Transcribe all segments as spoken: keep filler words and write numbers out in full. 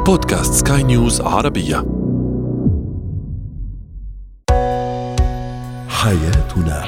بودكاست سكاي نيوز عربية. حياتنا.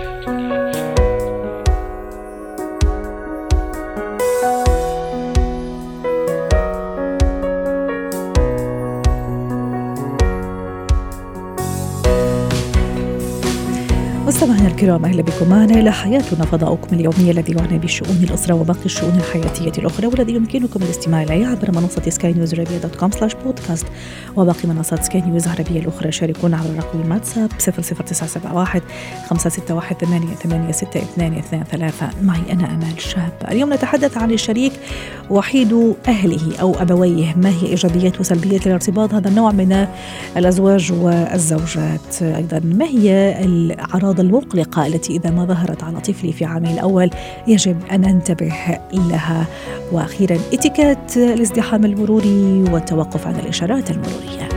مستمعينا الكرام، أهلا بكم معنا إلى حياتنا، فضاؤكم اليومي الذي يعنى بشؤون الأسرة وباقي الشؤون الحياتية الأخرى، والذي يمكنكم الاستماع إليه عبر منصة سكاي نيوز عربية دوت كوم سلاش بودكاست وباقي منصات سكاي نيوز عربية الأخرى. شاركونا عبر رقم الواتساب صفر صفر تسعة سبعة واحد خمسة ستة واحد ثمانية ثمانية ستة اثنان اثنان ثلاثة. معي أنا أمال شاب. اليوم نتحدث عن الشريك وحيد أهله أو أبويه. ما هي إيجابيات وسلبيات الارتباط هذا النوع من الأزواج والزوجات؟ أيضا ما هي الأعراض المقلقة التي إذا ما ظهرت على طفلي في عامه الأول يجب أن ننتبه لها؟ وأخيرا اتيكيت الازدحام المروري والتوقف عن الإشارات المرورية.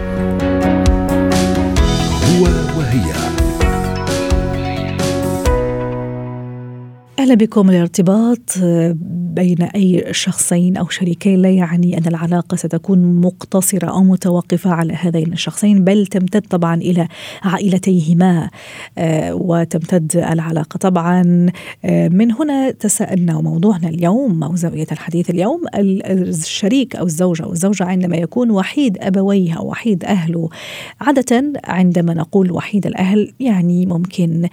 هو وهي. أهلا بكم. الارتباط بين أي شخصين أو شريكين لا يعني أن العلاقة ستكون مقتصرة أو متوقفة على هذين الشخصين، بل تمتد طبعا إلى عائلتيهما وتمتد العلاقة طبعا. من هنا تساءلنا وموضوعنا اليوم أو زاوية الحديث اليوم، الشريك أو الزوجة أو الزوجة عندما يكون وحيد أبويه أو وحيد أهله. عادة عندما نقول وحيد الأهل يعني ممكن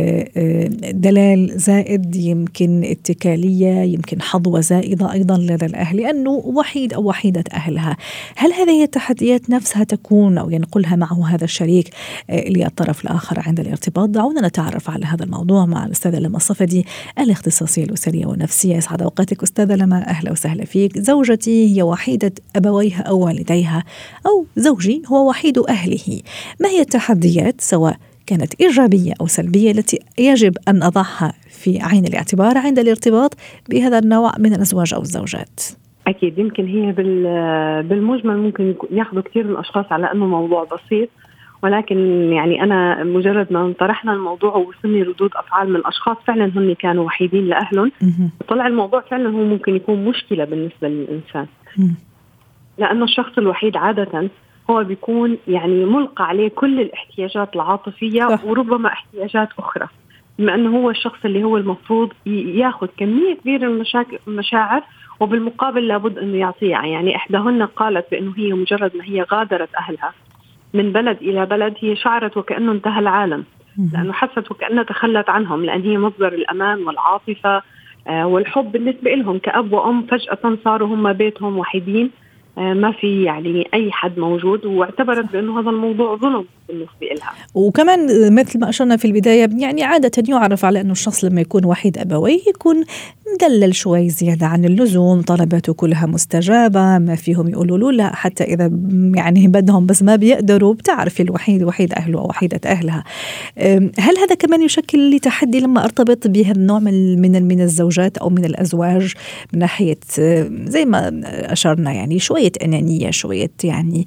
دلال زائد، يمكن اتكالية، يمكن حظوة زائدة أيضا لدى الأهل لأنه وحيد أو وحيدة أهلها. هل هذه التحديات نفسها تكون أو ينقلها معه هذا الشريك للطرف الآخر عند الارتباط؟ دعونا نتعرف على هذا الموضوع مع الأستاذة لما الصفدي، الاختصاصية الأسرية والنفسية. أسعد أوقاتك أستاذة لما، أهلا وسهلا فيك. زوجتي هي وحيدة أبويها أو والديها، أو زوجي هو وحيد أهله. ما هي التحديات سواء كانت إيجابية أو سلبية التي يجب أن أضعها في عين الاعتبار عند الارتباط بهذا النوع من الأزواج أو الزوجات؟ أكيد يمكن هي بالمجمل ممكن ياخذوا كثير من الأشخاص على أنه موضوع بسيط، ولكن يعني أنا مجرد ما طرحنا الموضوع ووصلني ردود أفعال من أشخاص فعلا هم كانوا وحيدين لأهلهم، طلع الموضوع فعلا هو ممكن يكون مشكلة بالنسبة للإنسان، لأنه الشخص الوحيد عادة هو بيكون يعني ملقى عليه كل الاحتياجات العاطفية صح. وربما احتياجات أخرى، بما أنه هو الشخص اللي هو المفروض ياخذ كمية كبيرة من المشاعر وبالمقابل لابد أنه يعطيها. يعني إحداهن قالت بأنه هي مجرد ما هي غادرت أهلها من بلد إلى بلد هي شعرت وكأنه انتهى العالم، لأنه حست وكأنها تخلت عنهم، لأن هي مصدر الأمان والعاطفة والحب بالنسبة لهم كأب وأم. فجأة صاروا هم بيتهم وحيدين، ما في يعني أي حد موجود، واعتبرت بأنه هذا الموضوع ظلم بالنسبة لها. وكمان مثل ما أشرنا في البداية يعني عادة يعرف على أنه الشخص لما يكون وحيد أبويه يكون مدلل شوي زيادة عن اللزوم، طلباته كلها مستجابة، ما فيهم يقولوا له لا حتى إذا يعني بدهم بس ما بيقدروا. بتعرف الوحيد وحيد أهله أو وحيدة أهلها. هل هذا كمان يشكل لي تحدي لما أرتبط بهذا النوع من من من الزوجات أو من الأزواج من ناحية زي ما أشرنا يعني شوية أنانية، شوية يعني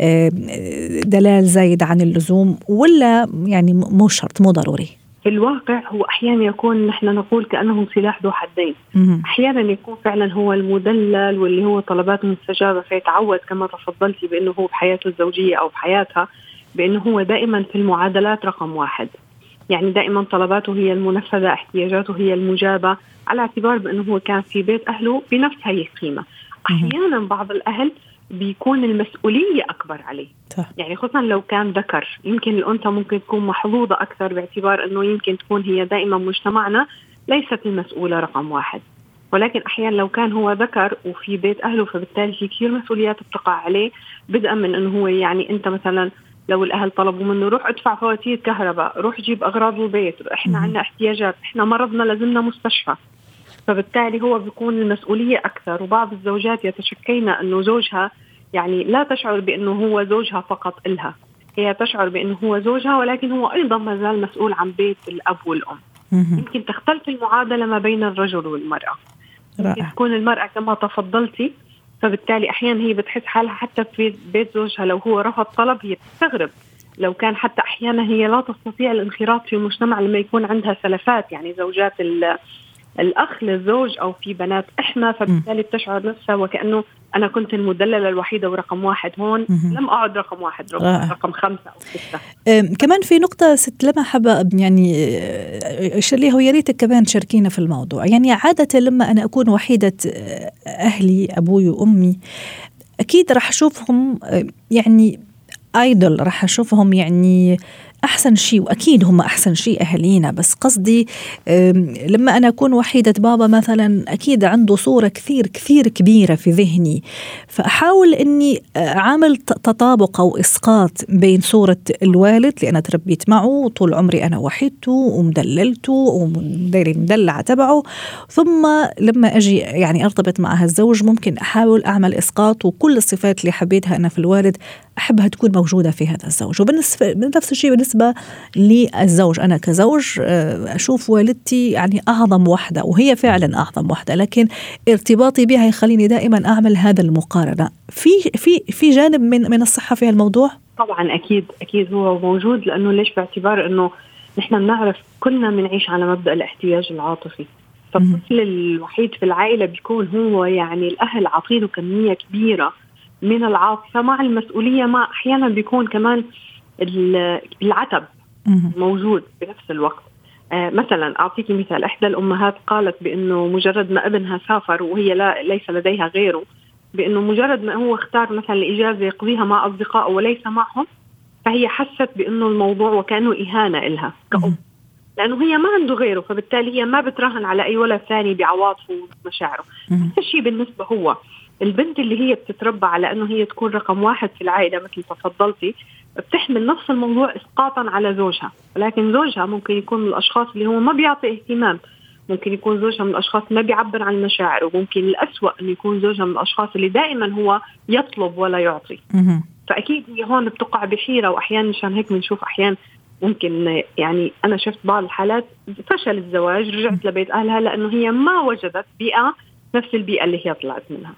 دلال زايد عن اللزوم، ولا يعني مو شرط مو ضروري؟ في الواقع هو أحيانا يكون نحن نقول كأنه سلاح ذو حدين. أحيانا يكون فعلا هو المدلل واللي هو طلباته مستجابة، فيتعود كما تفضلتي بأنه هو بحياته الزوجية أو بحياتها بأنه هو دائما في المعادلات رقم واحد، يعني دائما طلباته هي المنفذة، احتياجاته هي المجابة، على اعتبار بأنه هو كان في بيت أهله بنفس هاي القيمة. أحيانا بعض الأهل بيكون المسؤولية أكبر عليه، يعني خصوصا لو كان ذكر. يمكن الأنثى ممكن تكون محظوظة أكثر باعتبار أنه يمكن تكون هي دائما مجتمعنا ليست المسؤولة رقم واحد، ولكن أحيانا لو كان هو ذكر وفي بيت أهله فبالتالي في كثير مسؤوليات بتقع عليه، بدءا من أنه هو يعني أنت مثلا لو الأهل طلبوا منه روح ادفع فواتير كهرباء، روح جيب أغراض البيت، إحنا عندنا احتياجات، إحنا مرضنا لازمنا مستشفى، فبالتالي هو بيكون المسؤولية أكثر. وبعض الزوجات يتشكين أنه زوجها يعني لا تشعر بأنه هو زوجها فقط إلها، هي تشعر بأنه هو زوجها ولكن هو أيضا ما زال مسؤول عن بيت الأب والأم. يمكن تختلف المعادلة ما بين الرجل والمرأة. يمكن تكون المرأة كما تفضلتي، فبالتالي أحيانا هي بتحس حالها حتى في بيت زوجها لو هو رفض طلب هي بتستغرب، لو كان حتى أحيانا هي لا تستطيع الانخراط في المجتمع لما يكون عندها سلفات، يعني زوجات الأخ للزوج أو في بنات إحنا، فبالتالي بتشعر نفسها وكأنه أنا كنت المدللة الوحيدة ورقم واحد هون، لم أعد رقم واحد، رقم, آه. رقم خمسة أو ستة. كمان في نقطة ست لما حابة يعني شرلي، هو يريتك كمان تشاركينا في الموضوع. يعني عادة لما أنا أكون وحيدة أهلي أبوي وأمي أكيد رح أشوفهم يعني ايدل، رح اشوفهم يعني احسن شيء، واكيد هم احسن شيء اهالينا. بس قصدي لما انا اكون وحيدة بابا مثلا اكيد عنده صورة كثير كثير كبيرة في ذهني، فاحاول اني اعمل تطابق او اسقاط بين صورة الوالد اللي انا تربيت معه طول عمري، انا وحيدته ومدللته ومديري مدلعة تبعه، ثم لما اجي يعني ارتبط مع هالزوج ممكن احاول اعمل اسقاط، وكل الصفات اللي حبيتها انا في الوالد أحبها تكون موجودة في هذا الزوج. وبالنسبة نفس الشيء بالنسبة للزوج، أنا كزوج أشوف والدتي يعني أعظم واحدة، وهي فعلا أعظم واحدة، لكن ارتباطي بها يخليني دائما أعمل هذا المقارنة. في في في جانب من من الصحة في الموضوع. طبعا أكيد أكيد هو موجود، لأنه ليش؟ باعتبار إنه نحن بنعرف كلنا بنعيش على مبدأ الاحتياج العاطفي. فالطفل الوحيد في العائلة بيكون هو يعني الأهل عاطينه كمية كبيرة من العاطفة مع المسؤولية، مع أحيانا بيكون كمان العتب موجود بنفس الوقت. آه مثلا أعطيك مثال، إحدى الأمهات قالت بأنه مجرد ما ابنها سافر وهي لا ليس لديها غيره، بأنه مجرد ما هو اختار مثلا الإجازة يقضيها مع أصدقائه وليس معهم، فهي حست بأنه الموضوع وكأنه إهانة إلها كأم، لأنه هي ما عنده غيره، فبالتالي هي ما بتراهن على أي ولد ثاني بعواطفه ومشاعره. نفس الشيء بالنسبة هو البنت اللي هي بتتربى على أنه هي تكون رقم واحد في العائلة مثل تفضلتي، بتحمل نفس الموضوع إسقاطا على زوجها، ولكن زوجها ممكن يكون من الأشخاص اللي هو ما بيعطي اهتمام، ممكن يكون زوجها من الأشخاص ما بيعبر عن مشاعره، وممكن الأسوأ أن يكون زوجها من الأشخاص اللي دائما هو يطلب ولا يعطي. فأكيد هي هون بتقع بحيرة، وأحيانا مشان هيك بنشوف أحيانا ممكن يعني أنا شفت بعض الحالات فشل الزواج، رجعت لبيت أهلها لأنه هي ما وجدت بيئة نفس البيئة اللي هي طلعت منها.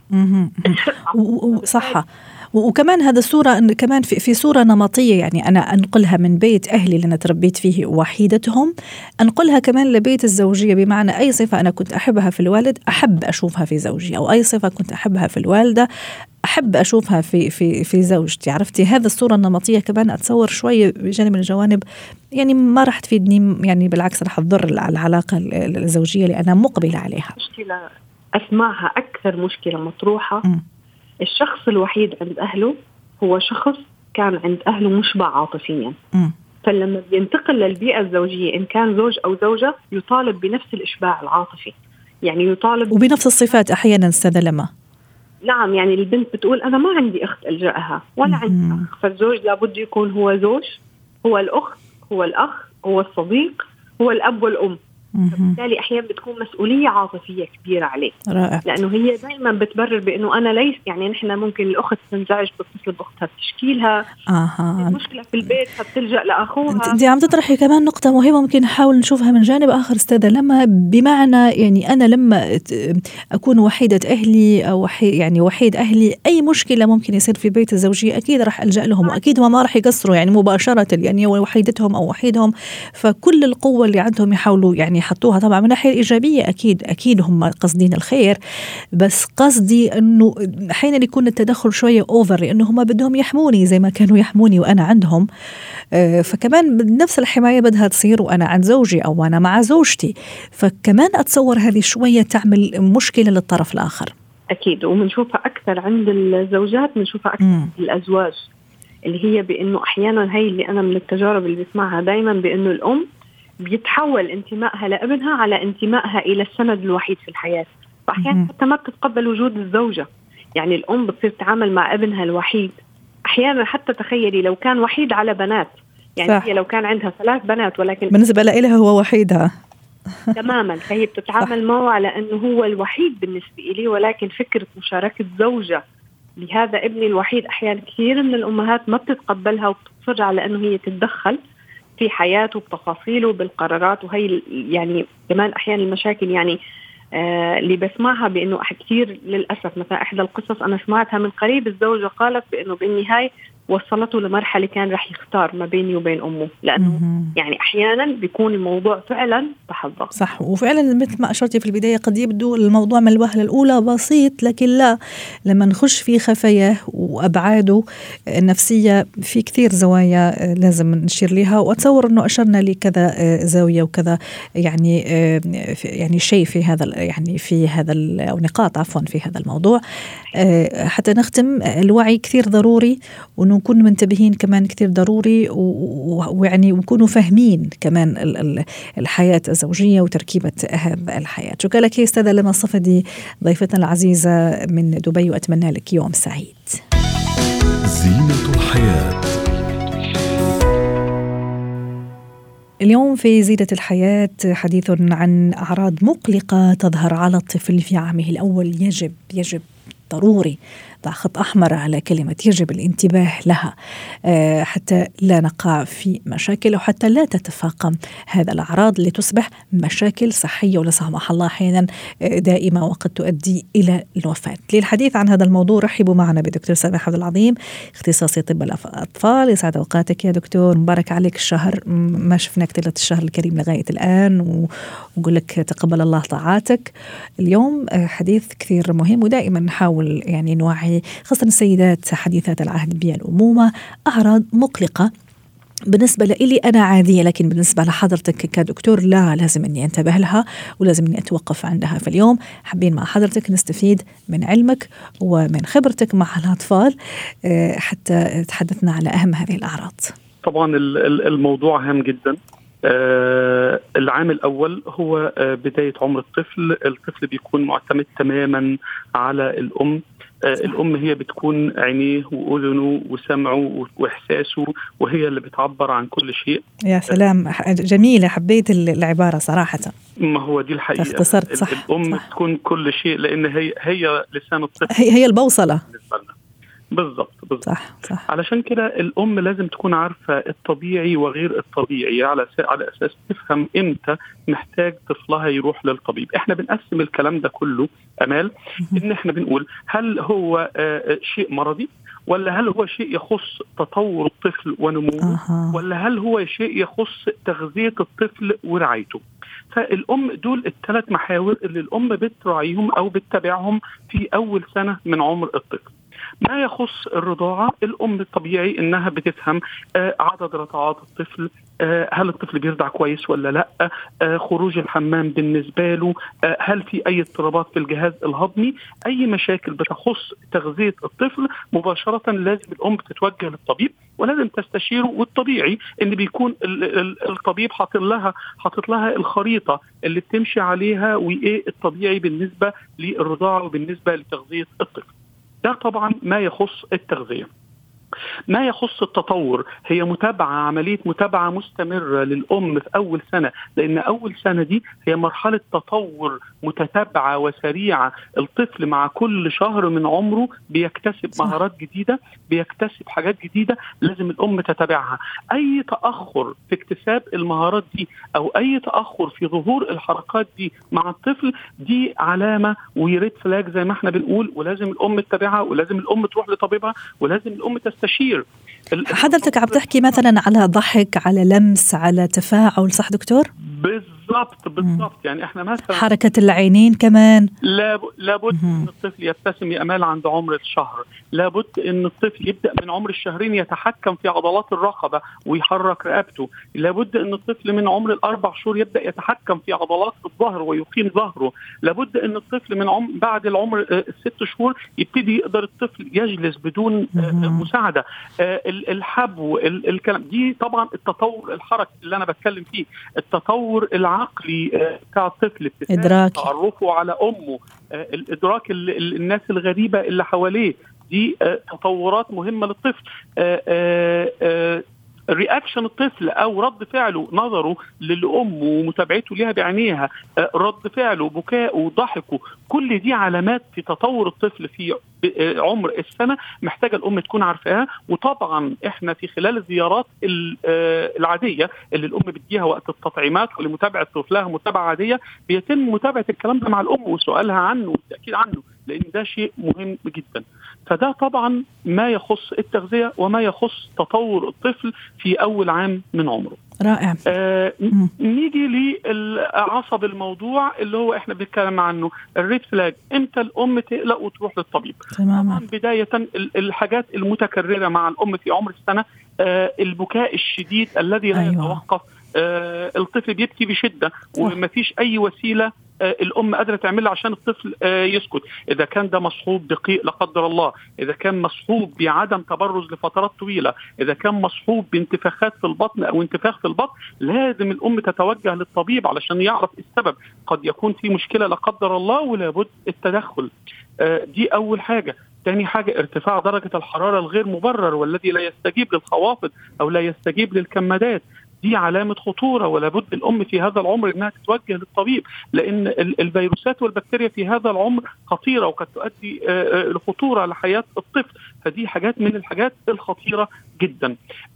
صح. وكمان هذا الصورة كمان في, في صورة نمطية، يعني أنا أنقلها من بيت أهلي اللي أنا تربيت فيه وحيدتهم، أنقلها كمان لبيت الزوجية، بمعنى أي صفة أنا كنت أحبها في الوالد أحب أشوفها في زوجي، أو أي صفة كنت أحبها في الوالدة أحب أشوفها في في في زوجتي. عرفتي هذا الصورة النمطية كمان أتصور شوية بجانب من الجوانب يعني ما راح تفيدني، يعني بالعكس راح تضر العلاقة الزوجية اللي أنا مقبلة عليها. مشكلة أسمعها أكثر مشكلة مطروحة، م. الشخص الوحيد عند أهله هو شخص كان عند أهله مشبع عاطفيا، م. فلما بينتقل للبيئة الزوجية إن كان زوج أو زوجة يطالب بنفس الإشباع العاطفي، يعني يطالب وبنفس الصفات أحيانا أستاذة لما. نعم، يعني البنت بتقول أنا ما عندي أخت ألجأها ولا عندي أخ، فالزوج لابد يكون هو زوج، هو الأخت، هو الأخ، هو الصديق، هو الأب والأم. فبالتالي أحيانا بتكون مسؤولية عاطفية كبيرة عليه. رائع. لأنه هي دائما بتبرر بأنه أنا ليس، يعني نحن ممكن الأخت تنزعج بتصل بأختها تشكيلها، آه. مشكلة في البيت فبتلجأ لأخوها. أنت عم تطرحي كمان نقطة مهمة ممكن نحاول نشوفها من جانب آخر أستاذة لما، بمعنى يعني أنا لما أكون وحيدة أهلي أو وحيد يعني وحيد أهلي، أي مشكلة ممكن يصير في بيت الزوجية أكيد راح ألجأ لهم، وأكيد هم ما راح يقصروا يعني مباشرة، يعني وحيدتهم أو وحيدهم، فكل القوة اللي عندهم يحاولوا يعني يحطوها طبعا من الناحية الإيجابية، أكيد أكيد هم قصدين الخير، بس قصدي أنه أحيانا يكون التدخل شوية أوفر، لأنه هم بدهم يحموني زي ما كانوا يحموني وأنا عندهم، فكمان نفس الحماية بدها تصير وأنا عند زوجي أو أنا مع زوجتي، فكمان أتصور هذه شوية تعمل مشكلة للطرف الآخر. أكيد، ومنشوفها أكثر عند الزوجات، منشوفها أكثر عند الأزواج، اللي هي بأنه أحيانا هي اللي أنا من التجارب اللي بسمعها دايما، بأنه الأم بيتحول انتمائها لابنها على انتمائها إلى السند الوحيد في الحياة، فأحيانا حتى ما بتتقبل وجود الزوجة، يعني الأم بتصير تتعامل مع ابنها الوحيد، أحيانا حتى تخيلي لو كان وحيد على بنات، يعني صح. هي لو كان عندها ثلاث بنات ولكن بالنسبة لها هو وحيدها تماما، فهي بتتعامل معه على أنه هو الوحيد بالنسبة إليه، ولكن فكرة مشاركة زوجة لهذا ابني الوحيد أحيانا كثير من الأمهات ما بتتقبلها، وبتصر على أنه هي تتدخل في حياته بتفاصيله بالقرارات، وهي يعني كمان أحيانا المشاكل يعني آه اللي بسمعها بأنه كثير للأسف. مثلا إحدى القصص أنا سمعتها من قريب، الزوجة قالت بأنه بالنهاية وصلته لمرحلة كان رح يختار ما بيني وبين أمه، لأنه يعني أحيانا بيكون الموضوع فعلا تحضر. صح، وفعلا مثل ما أشرتي في البداية قد يبدو الموضوع من الوهلة الأولى بسيط، لكن لا، لما نخش في خفاياه وأبعاده النفسية في كثير زوايا لازم نشير لها، وأتصور أنه أشرنا لكذا زاوية وكذا يعني يعني شيء في هذا يعني في هذا أو نقاط عفوا في هذا الموضوع. حتى نختم، الوعي كثير ضروري، ونكون منتبهين كمان كثير ضروري، ويعني ونكونوا فاهمين كمان الحياة الزوجية وتركيبة هذا الحياة. شكرا لك أستاذة لما الصفدي ضيفتنا العزيزة من دبي، وأتمنى لك يوم سعيد. زينة الحياة. اليوم في زينة الحياة حديث عن أعراض مقلقة تظهر على الطفل في عامه الأول. يجب يجب ضروري ضع خط أحمر على كلمة يجب الانتباه لها حتى لا نقع في مشاكل، وحتى لا تتفاقم هذا الأعراض لتصبح مشاكل صحية ولا سمح الله أحيانا دائمة وقد تؤدي إلى الوفاة. للحديث عن هذا الموضوع رحبوا معنا بدكتور سامح عبد العظيم، اختصاصي طب الأطفال. يسعد أوقاتك يا دكتور، مبارك عليك الشهر، ما شفناك طيلة الشهر الكريم لغاية الآن، ونقول لك تقبل الله طاعاتك. اليوم حديث كثير مهم، ودائما نحاول يعني نوعي خاصة السيدات حديثات العهد بالأمومة أعراض مقلقة بالنسبة لي أنا عادية، لكن بالنسبة لحضرتك كدكتور لا، لازم أني أنتبه لها ولازم أني أتوقف عندها. في اليوم حابين مع حضرتك نستفيد من علمك ومن خبرتك مع الأطفال حتى تحدثنا على أهم هذه الأعراض. طبعا الموضوع هام جدا. آه العام الأول هو آه بداية عمر الطفل. الطفل بيكون معتمد تماما على الأم. آه الأم هي بتكون عينيه وأذنه وسمعه وإحساسه، وهي اللي بتعبر عن كل شيء. يا سلام، جميلة، حبيت العبارة صراحة. ما هو دي الحقيقة، اختصرت صح. الأم صح. تكون كل شيء، لأن هي هي لسان الطفل، هي هي البوصلة. بالضبط بالضبط. صح صح. علشان كده الأم لازم تكون عارفة الطبيعي وغير الطبيعي، على على أساس تفهم إمتى محتاج طفلها يروح للطبيب. إحنا بنقسم الكلام ده كله أمال إن إحنا بنقول هل هو آه شيء مرضي، ولا هل هو شيء يخص تطور الطفل ونموه، أه. ولا هل هو شيء يخص تغذية الطفل ورعايته. فالأم دول الثلاث محاور اللي الأم بتراعيهم أو بتتابعهم في أول سنة من عمر الطفل. ما يخص الرضاعة، الأم الطبيعي إنها بتفهم آه عدد رضعات الطفل، آه هل الطفل بيرضع كويس ولا لا، آه خروج الحمام بالنسبة له، آه هل في أي اضطرابات في الجهاز الهضمي، أي مشاكل بتخص تغذية الطفل مباشرة لازم الأم تتوجه للطبيب ولازم تستشيره. والطبيعي إن بيكون الطبيب حاطط لها حاطط لها الخريطة اللي بتمشي عليها وإيه الطبيعي بالنسبة للرضاعة وبالنسبة لتغذية الطفل. ده طبعا ما يخص التغذية. ما يخص التطور هي متابعة، عملية متابعة مستمرة للأم في أول سنة، لأن أول سنة دي هي مرحلة تطور متتابعة وسريعة. الطفل مع كل شهر من عمره بيكتسب مهارات جديدة، بيكتسب حاجات جديدة، لازم الأم تتابعها. أي تأخر في اكتساب المهارات دي أو أي تأخر في ظهور الحركات دي مع الطفل دي علامة ويريد فلاج زي ما احنا بنقول، ولازم الأم تتابعها، ولازم الأم تروح لطبيبها، ولازم الأم تستشير. حضرتك عم تحكي مثلا على ضحك، على لمس، على تفاعل، صح دكتور؟ بالضبط بالضبط. يعني احنا مثلا حركة العينين كمان لابد ان الطفل يبتسم يا امال عند عمر الشهر، لابد ان الطفل يبدا من عمر الشهرين يتحكم في عضلات الرقبه ويحرك رقبته، لابد ان الطفل من عمر الاربع شهور يبدا يتحكم في عضلات الظهر ويقيم ظهره، لابد ان الطفل من عمر بعد العمر الست شهور يبتدي يقدر الطفل يجلس بدون مساعده. الحبو الكلام دي طبعا التطور الحركي اللي انا بتكلم فيه. التطور العقلي بتاع الطفل، إدراكي، تعرفه على أمه، الإدراك الناس الغريبة اللي حواليه، دي تطورات مهمة للطفل. رياكشن الطفل أو رد فعله، نظره للأم ومتابعته لها بعينيها، رد فعله، بكاءه، ضحكه، كل دي علامات في تطور الطفل في عمر السنة محتاجة الأم تكون عارفاها. وطبعا إحنا في خلال الزيارات العادية اللي الأم بتديها وقت التطعيمات ولمتابعة طفلها متابعة عادية، بيتم متابعة الكلام ده مع الأم وسؤالها عنه والتأكيد عنه، لأن ده شيء مهم جدا. فده طبعا ما يخص التغذية وما يخص تطور الطفل في أول عام من عمره. رائع. آه نيجي للعصب الموضوع اللي هو احنا بنتكلم عنه، الريد فلاج، امتى الام تقلق وتروح للطبيب؟ تماما. طبعا بداية الحاجات المتكررة مع الام في عمر السنة، آه البكاء الشديد الذي لا أيوة. يتوقف، آه الطفل بيبكي بشدة ومفيش أي وسيلة آه الأم قادرة تعملها عشان الطفل آه يسكت. إذا كان ده مصحوب بقيء لا قدر الله، إذا كان مصحوب بعدم تبرز لفترات طويلة، إذا كان مصحوب بانتفاخات في البطن أو انتفاخ في البطن، لازم الأم تتوجه للطبيب علشان يعرف السبب. قد يكون في مشكلة لا قدر الله ولابد التدخل. آه دي أول حاجة. ثاني حاجة ارتفاع درجة الحرارة الغير مبرر والذي لا يستجيب للخوافض أو لا يستجيب للكمادات، دي علامة خطورة ولا بد الأم في هذا العمر إنها تتوجه للطبيب، لأن الفيروسات والبكتيريا في هذا العمر خطيرة وقد تؤدي لخطورة لحياة الطفل. فدي حاجات من الحاجات الخطيرة جدا.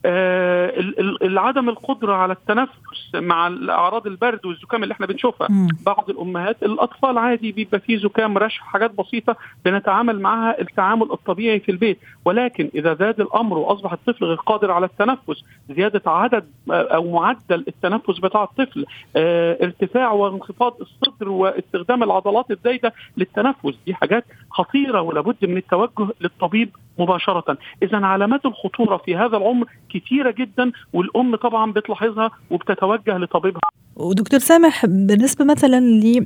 العدم القدرة على التنفس مع الأعراض البرد والزكام اللي احنا بنشوفها. م. بعض الأمهات الأطفال عادي بيبقى فيه زكام رشح حاجات بسيطة بنتعامل معها التعامل الطبيعي في البيت، ولكن إذا زاد الأمر وأصبح الطفل غير قادر على التنفس، زيادة عدد أو معدل التنفس بتاع الطفل، اه ارتفاع وانخفاض الصدر واستخدام العضلات الزايدة للتنفس، دي حاجات خطيرة ولابد من التوجه للطبيب مباشرة. إذا علامات الخطورة في هذا العمر كثيرة جدا والأم طبعا بتلاحظها وبتتوجه لطبيبها. ودكتور سامح، بالنسبة مثلا ل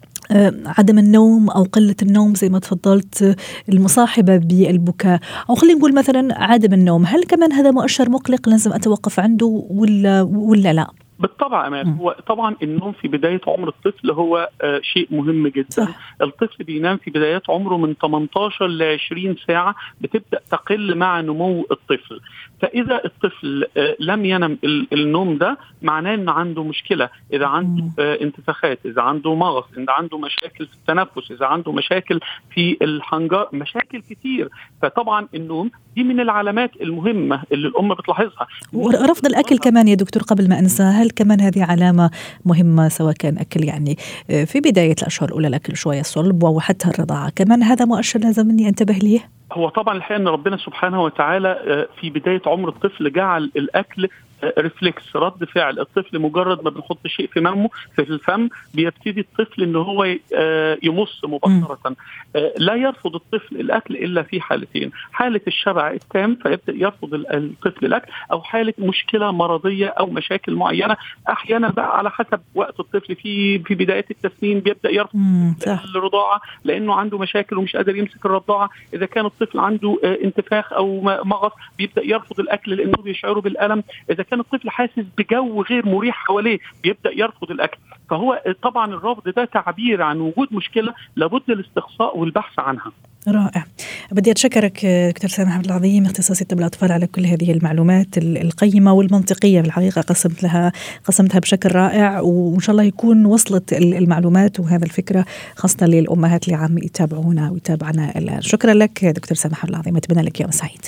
عدم النوم أو قلة النوم زي ما تفضلت المصاحبة بالبكاء، أو خلينا نقول مثلا عدم النوم، هل كمان هذا مؤشر مقلق لازم أتوقف عنده ولا ولا لا؟ بالطبع أمان. هو طبعا النوم في بداية عمر الطفل هو آه شيء مهم جدا. صح. الطفل بينام في بدايات عمره من ثمانية عشر لعشرين ساعة، بتبدأ تقل مع نمو الطفل. فإذا الطفل آه لم ينم النوم ده معناه أنه عنده مشكلة، إذا عنده آه انتفاخات، إذا عنده مغص، إذا عنده مشاكل في التنفس، إذا عنده مشاكل في الحنجرة، مشاكل كتير. فطبعا النوم دي من العلامات المهمة اللي الأم بتلاحظها. ورفض الأكل كمان يا دكتور قبل ما أنسى، هل كمان هذه علامة مهمة؟ سواء كان أكل يعني في بداية الأشهر الأولى الأكل شوية صلب وحتى الرضاعة، كمان هذا مؤشر لازم إني أنتبه ليه؟ هو طبعا الحقيقة أن ربنا سبحانه وتعالى في بداية عمر الطفل جعل الأكل ريفلكس، رد فعل. الطفل مجرد ما بنحط شيء في فمه في الفم بيبتدي الطفل ان هو يمص مباشرة. لا يرفض الطفل الاكل الا في حالتين: حالة الشبع التام فيبدأ يرفض الطفل الاكل، او حالة مشكلة مرضية او مشاكل معينة. احيانا بقى على حسب وقت الطفل، في في بداية التسنين بيبدأ يرفض الرضاعة لانه عنده مشاكل ومش قادر يمسك الرضاعة. اذا كان الطفل عنده انتفاخ او مغص بيبدأ يرفض الاكل لانه بيشعره بالألم. اذا كان الطفل حاسس بجو غير مريح حواليه بيبدأ يرفض الأكل. فهو طبعا الرفض ده تعبير عن وجود مشكلة لابد الاستقصاء والبحث عنها. رائع. بدي أتشكرك دكتور سامح عبد العظيم، اختصاصي طب الأطفال، على كل هذه المعلومات القيمة والمنطقية. في الحقيقة قسمت لها قسمتها بشكل رائع، وإن شاء الله يكون وصلت المعلومات وهذا الفكرة خاصة للأمهات اللي عم يتابعونا ويتابعنا الآن. شكرا لك دكتور سامح عبد العظيم، أتمنى لك يوم سعيد.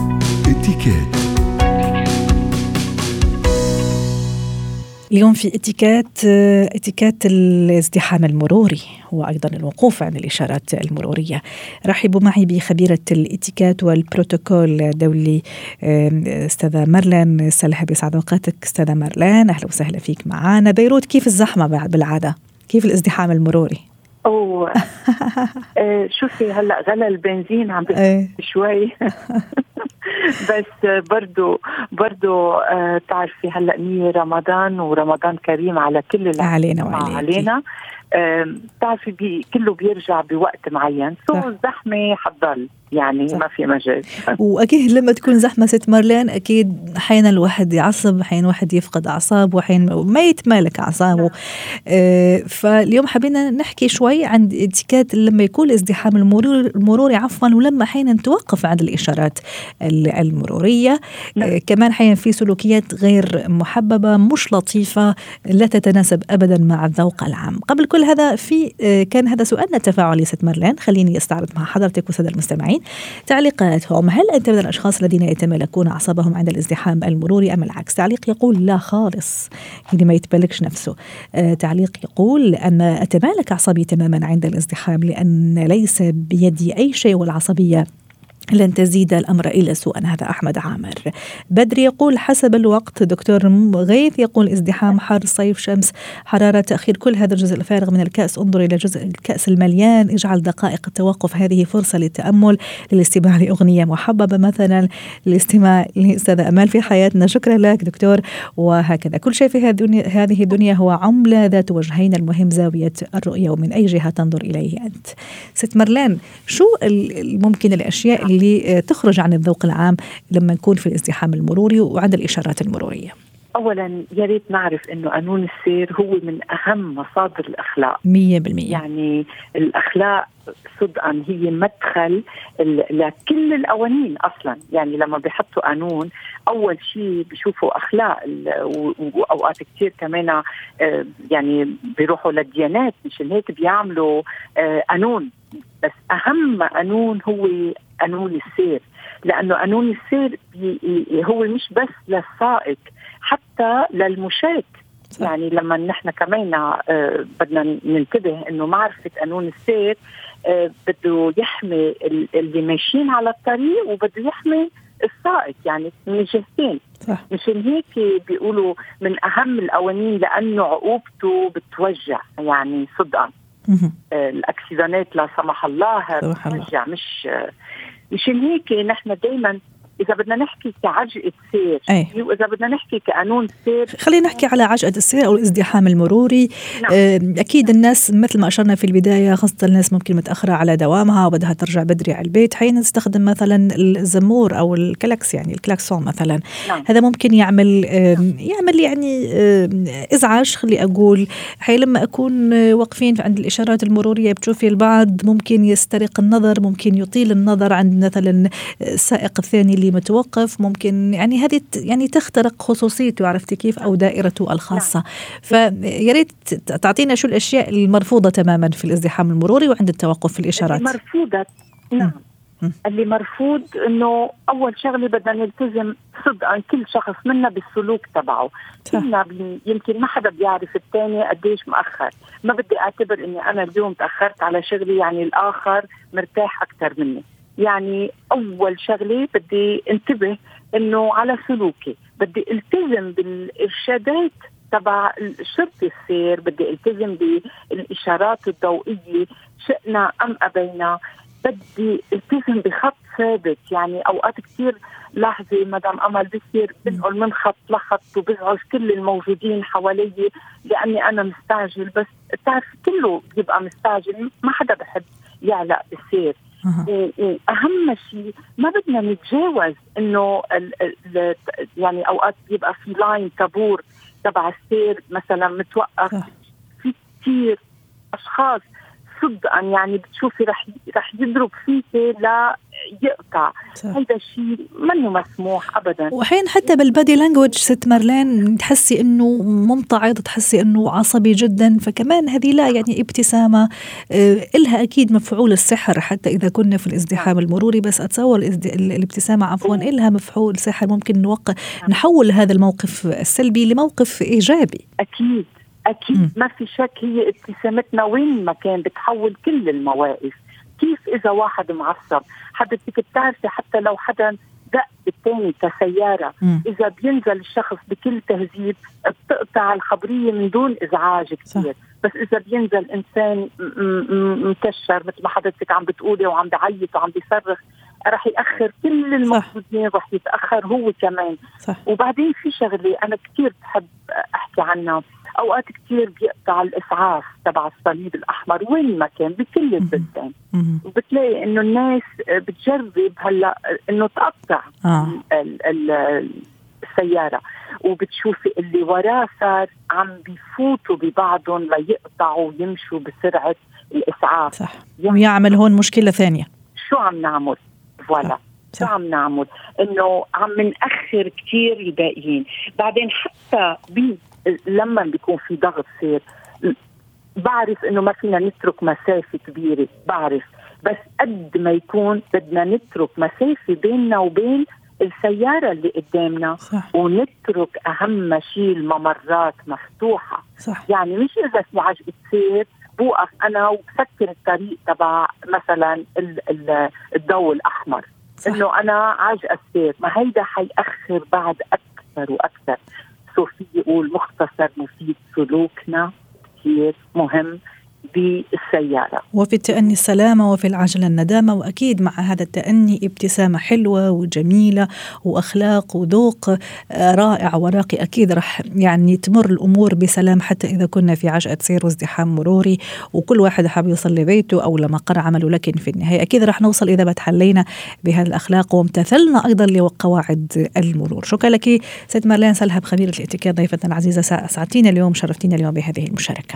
اتكات. اليوم في اتيكات اتيكات الازدحام المروري وأيضا الوقوف عن الإشارات المرورية. رحبوا معي بخبيرة الاتيكات والبروتوكول الدولي أستاذة مارلين سلح. بيسعد أوقاتك أستاذة مارلين، أهلا وسهلا فيك معنا. بيروت كيف الزحمة بالعادة؟ كيف الازدحام المروري؟ أوه آه شوفي هلأ غلى البنزين عم بيزيد شوي بس برضو برضو آه تعرفي هلأ نية رمضان، ورمضان كريم على كل علينا وعلينا علينا. آه تعرفي بي كله بيرجع بوقت معين، سو الزحمة حتضل يعني صح. ما في مجال. وأكيد لما تكون زحمة ست مارلين أكيد أحيانا الواحد يعصب، أحيانا الواحد يفقد أعصاب، وأحيانا ما يتمالك أعصابه. آه فاليوم حبينا نحكي شوي عن اتيكات لما يكون الازدحام المروري المروري عفوا، ولما أحيانا توقف عند الإشارات المرورية. آه كمان أحيانا في سلوكيات غير محببة مش لطيفة لا تتناسب أبدا مع الذوق العام. قبل كل هذا في آه كان هذا سؤالنا التفاعلي ست مارلين، خليني أستعرض مع حضرتك وسادة المستمعين تعليقاتهم. هل أنت من الأشخاص الذين يتملكون أعصابهم عند الازدحام المروري أم العكس؟ تعليق يقول لا خالص، اللي ما يتملكش نفسه. آه تعليق يقول أنا أتمالك أعصابي تماما عند الازدحام، لأن ليس بيدي أي شيء، والعصبية لن تزيد الأمر إلا سوءا. هذا أحمد عامر. بدري يقول حسب الوقت. دكتور غيث يقول ازدحام، حر، صيف، شمس، حرارة، تأخير، كل هذا الجزء الفارغ من الكأس انظر إلى جزء الكأس المليان، اجعل دقائق التوقف هذه فرصة للتأمل، للاستماع لأغنية محببة مثلا، للاستماع لأستاذة أمال في حياتنا. شكرا لك دكتور. وهكذا كل شيء في هذه الدنيا هو عملة ذات وجهين، المهم زاوية الرؤية ومن أي جهة تنظر إليه أنت. ست مرلان، شو الممكن الأشياء اللي تخرج عن الذوق العام لما نكون في الازدحام المروري وعند الإشارات المرورية؟ أولا يا ريت نعرف إنه قانون السير هو من أهم مصادر الأخلاق مية بالمية. يعني الأخلاق صدقا هي مدخل لكل القوانين أصلا. يعني لما بيحطوا قانون أول شيء بيشوفوا أخلاق، وأوقات كتير كمان يعني بيروحوا للديانات، مش هيك بيعملوا قانون. بس أهم قانون هو قانون السير، لأنه قانون السير هو مش بس للسائق حتى للمشاة. يعني لما نحن كمان آه بدنا ننتبه إنه معرفة قانون السير آه بده يحمي اللي ماشيين على الطريق وبده يحمي السائق، يعني من جهتين. مشان هيك بيقولوا من أهم القوانين، لأنه عقوبته بتوجع يعني صدقا. آه الأكسيدانات لا سمح الله بتوجع، مش آه مشان هيك نحن دايما إذا بدنا نحكي كعجقة سير أي. وإذا بدنا نحكي كقانون سير، خلينا نحكي على عجقة السير أو الازدحام المروري. نعم. أكيد الناس مثل ما أشرنا في البداية، خاصة الناس ممكن متأخرة على دوامها وبدها ترجع بدري على البيت، حين نستخدم مثلا الزمور أو الكلاكس، يعني الكلاكسون مثلا. نعم. هذا ممكن يعمل نعم. يعمل يعني إزعاج. خلي أقول حين لما أكون واقفين عند الإشارات المرورية بتشوفي البعض ممكن يسترق النظر، ممكن يطيل النظر عند مثلا السائق الثاني اللي متوقف، ممكن يعني هذه يعني تخترق خصوصيته، عرفتي كيف، أو دائرته الخاصة. فياريت تعطينا شو الأشياء المرفوضة تماما في الازدحام المروري وعند التوقف في الإشارات. مرفوضة نعم. اللي مرفوض إنه أول شغلة بدنا نلتزم صدقا كل شخص منا بالسلوك تبعه. كلنا يمكن ما حدا بيعرف الثاني قديش مؤخر. ما بدي أعتبر إني أنا اليوم تأخرت على شغلي يعني الآخر مرتاح أكتر مني. يعني أول شغلة بدي انتبه إنه على سلوكي، بدي التزم بالإرشادات تبع شرطة السير، بدي التزم بالإشارات الضوئية شئنا أم أبينا، بدي التزم بخط ثابت. يعني أوقات كتير لحظة مدام أمل بصير بنقل من خط لخط وبزعج كل الموجودين حوالي لأني أنا مستعجل، بس تعرف كله بيبقى مستعجل، ما حدا بحب يعلق السير. وأهم شيء ما بدنا نتجاوز إنه ال ال يعني أوقات بيبقى في لاين طابور تبع السير مثلا متوقف، في كتير أشخاص صدقا يعني بتشوفي رح رح يضرب فيك لا يقطع. هذا الشيء منه مسموح أبدا. وحين حتى بالبادي لانجويج ست مرلان تحسي إنه ممتعض، تحسي إنه عصبي جدا، فكمان هذه لا يعني ابتسامة إلها أكيد مفعول السحر حتى إذا كنا في الازدحام المروري. بس أتصور الابتسامة عفوا إلها مفعول سحر، ممكن نوقع نحول هذا الموقف السلبي لموقف إيجابي. أكيد أكيد م. ما في شك. هي ابتسامتنا وين ما كان بتحول كل المواقف. كيف إذا واحد معصب حضرتك بتعرفي حتى لو حدا دق بالتاني كسيارة م. إذا بينزل الشخص بكل تهذيب بتقطع الخبرية من دون إزعاج كتير. بس إذا بينزل إنسان مكشر مثل ما حضرتك عم بتقولي وعم بعيط وعم بيصرخ رح يأخر كل الموجودين، رح يتأخر هو كمان. صح. وبعدين في شغلة أنا كتير بحب أحكي عنها، أوقات كتير بيقطع الإسعاف تبع الصليب الأحمر وين ما كان بكل البلدان، وبتلاقي إنه الناس بتجرب هلا إنه تقطع آه. ال ال السيارة، وبتشوفي اللي وراه صار عم بيفوتوا ببعضهم ليقطعوا ويمشوا بسرعة الإسعاف. صح. يعني ويعمل هون مشكلة ثانية. شو عم نعمل؟ فوالا شو عم نعمل؟ إنه عم نأخر كتير الباقيين. بعدين حتى بي لما بيكون في ضغط سير بعرف إنه ما فينا نترك مسافة كبيرة، بعرف، بس قد ما يكون بدنا نترك مسافة بيننا وبين السيارة اللي قدامنا. صح. ونترك أهم شيء الممرات مفتوحة. صح. يعني مش إذا في عجقة سير بوقف أنا وبسكر الطريق تبع مثلا الضوء الأحمر. إنه أنا عاجقة السير، ما هيدا حيأخر بعد أكثر وأكثر. سو في يقول مختصر مفيد سلوكنا كثير مهم بالسيارة، وفي التأني السلامة وفي العجلة الندامة، وأكيد مع هذا التأني ابتسامة حلوة وجميلة وأخلاق وذوق رائع وراقي. أكيد رح يعني تمر الأمور بسلام، حتى إذا كنا في عجلة سير وازدحام مروري وكل واحد حاب يوصل لبيته أو لمقر عمله، لكن في النهاية أكيد رح نوصل إذا بتحلينا بهذه الأخلاق وامتثلنا أيضا لقواعد المرور. شكرا لك سيد مارلين سلهب، خبيرة الاتيكيت، ضيفتنا العزيزة، ساعتين اليوم، شرفتينا اليوم بهذه المشاركة.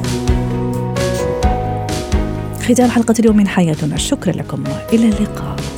ختام حلقة اليوم من حياتنا، شكرا لكم وإلى اللقاء.